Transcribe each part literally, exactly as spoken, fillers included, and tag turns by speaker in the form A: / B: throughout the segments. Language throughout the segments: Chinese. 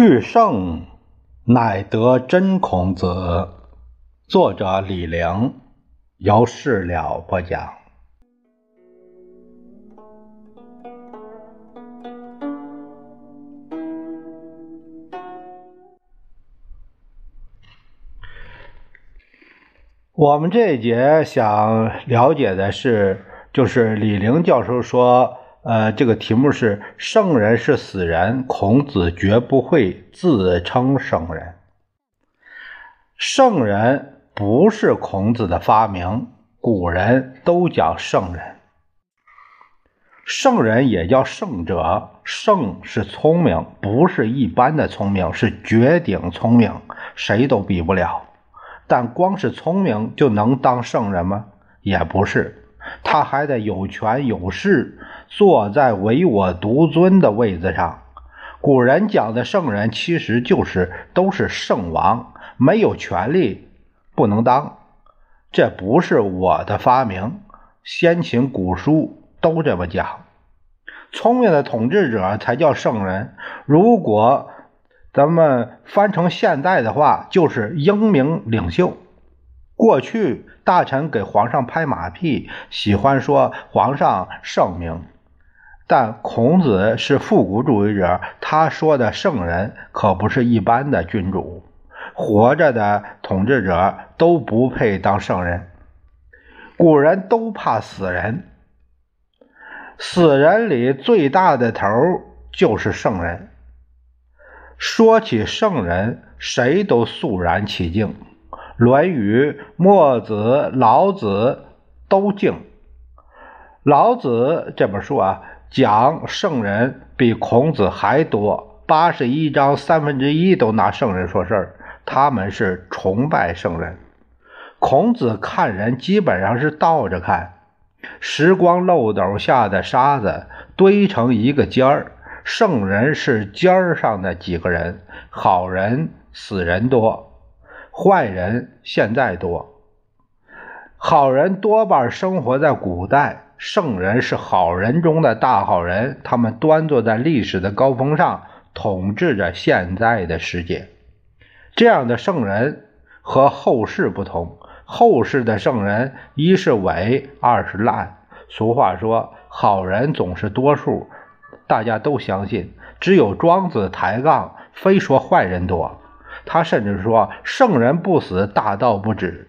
A: 去圣乃得真孔子。作者李陵，由事了播讲。我们这一节想了解的是，就是李陵教授说，呃，这个题目是圣人是死人，孔子绝不会自称圣人。圣人不是孔子的发明，古人都叫圣人。圣人也叫圣者，圣是聪明，不是一般的聪明，是绝顶聪明，谁都比不了。但光是聪明就能当圣人吗？也不是，他还得有权有势，坐在唯我独尊的位子上。古人讲的圣人其实就是都是圣王，没有权利不能当。这不是我的发明，先秦古书都这么讲。聪明的统治者才叫圣人，如果咱们翻成现代的话，就是英明领袖。过去大臣给皇上拍马屁，喜欢说皇上圣明，但孔子是复古主义者，他说的圣人可不是一般的君主，活着的统治者都不配当圣人。古人都怕死人，死人里最大的头就是圣人。说起圣人，谁都肃然起敬，论语、墨子、老子都敬。老子这本书啊，讲圣人比孔子还多，八十一章三分之一都拿圣人说事儿，他们是崇拜圣人。孔子看人基本上是倒着看，时光漏斗下的沙子堆成一个尖儿，圣人是尖儿上的几个人，好人死人多，坏人现在多。好人多半生活在古代，圣人是好人中的大好人，他们端坐在历史的高峰上，统治着现在的世界。这样的圣人和后世不同，后世的圣人一是伪，二是烂。俗话说，好人总是多数，大家都相信。只有庄子抬杠，非说坏人多。他甚至说圣人不死，大道不止。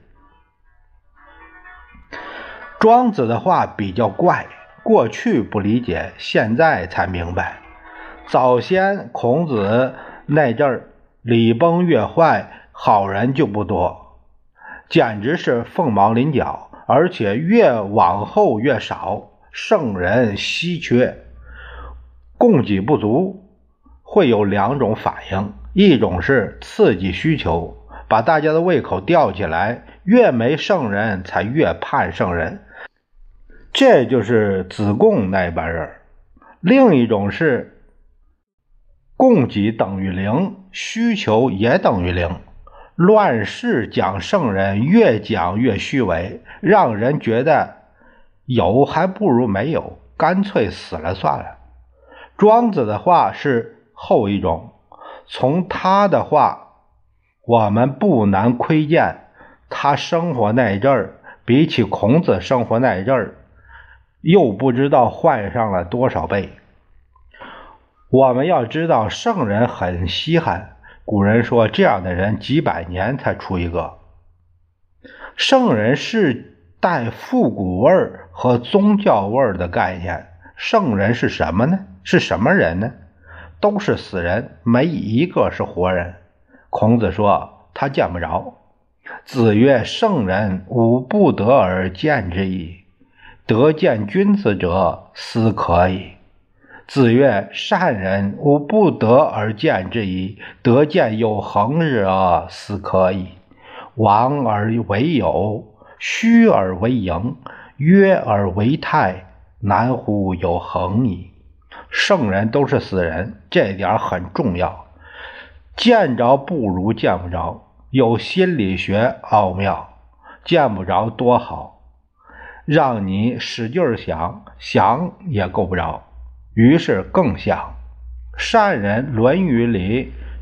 A: 庄子的话比较怪，过去不理解，现在才明白。早先孔子那阵儿，礼崩乐坏，好人就不多，简直是凤毛麟角，而且越往后越少，圣人稀缺，供给不足，会有两种反应。一种是刺激需求，把大家的胃口吊起来，越没圣人才越盼圣人，这就是子贡那帮人。另一种是供给等于零，需求也等于零。乱世讲圣人，越讲越虚伪，让人觉得有还不如没有，干脆死了算了。庄子的话是后一种，从他的话我们不难窥见，他生活那阵儿比起孔子生活那阵儿又不知道换上了多少倍。我们要知道圣人很稀罕，古人说这样的人几百年才出一个。圣人是带复古味儿和宗教味儿的概念。圣人是什么呢？是什么人呢？都是死人，没一个是活人。孔子说他见不着。子曰：圣人吾不得而见之矣，得见君子者斯可矣。子曰：善人吾不得而见之矣，得见有恒者斯可矣。亡而为有，虚而为盈，约而为泰，难乎有恒矣。圣人都是死人，这点很重要。见着不如见不着，有心理学奥妙。见不着多好，让你使劲想，想也够不着，于是更想。善人，《论语》里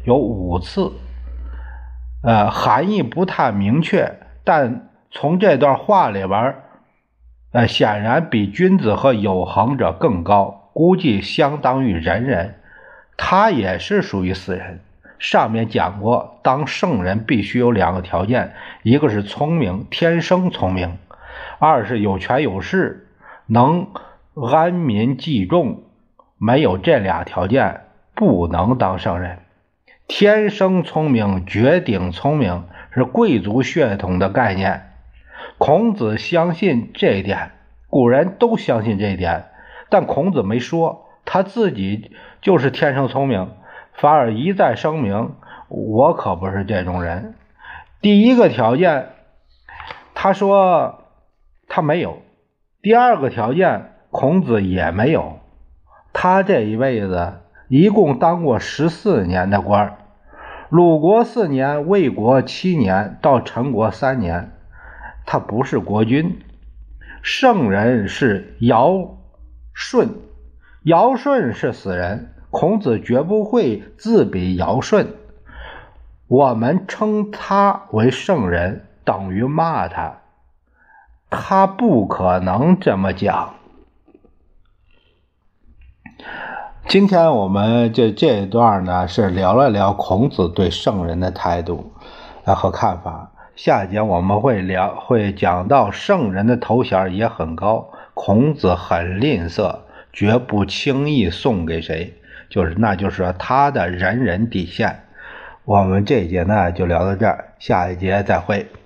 A: 有五次，呃，含义不太明确，但从这段话里边，呃，显然比君子和有恒者更高，估计相当于人人。他也是属于死人。上面讲过，当圣人必须有两个条件，一个是聪明，天生聪明；二是有权有势，能安民济众。没有这俩条件，不能当圣人。天生聪明、绝顶聪明是贵族血统的概念，孔子相信这一点，古人都相信这一点，但孔子没说他自己就是天生聪明，反而一再声明我可不是这种人。第一个条件他说他没有，第二个条件孔子也没有。他这一辈子一共当过十四年的官，鲁国四年，魏国七年，到陈国三年，他不是国君。圣人是尧舜，尧舜是死人，孔子绝不会自比尧舜。我们称他为圣人，等于骂他，他不可能这么讲。今天我们这这一段呢，是聊了聊孔子对圣人的态度和看法。下一节我们会聊会讲到圣人的头衔也很高，孔子很吝啬，绝不轻易送给谁，就是那就是说他的人人底线。我们这一节呢就聊到这儿，下一节再会。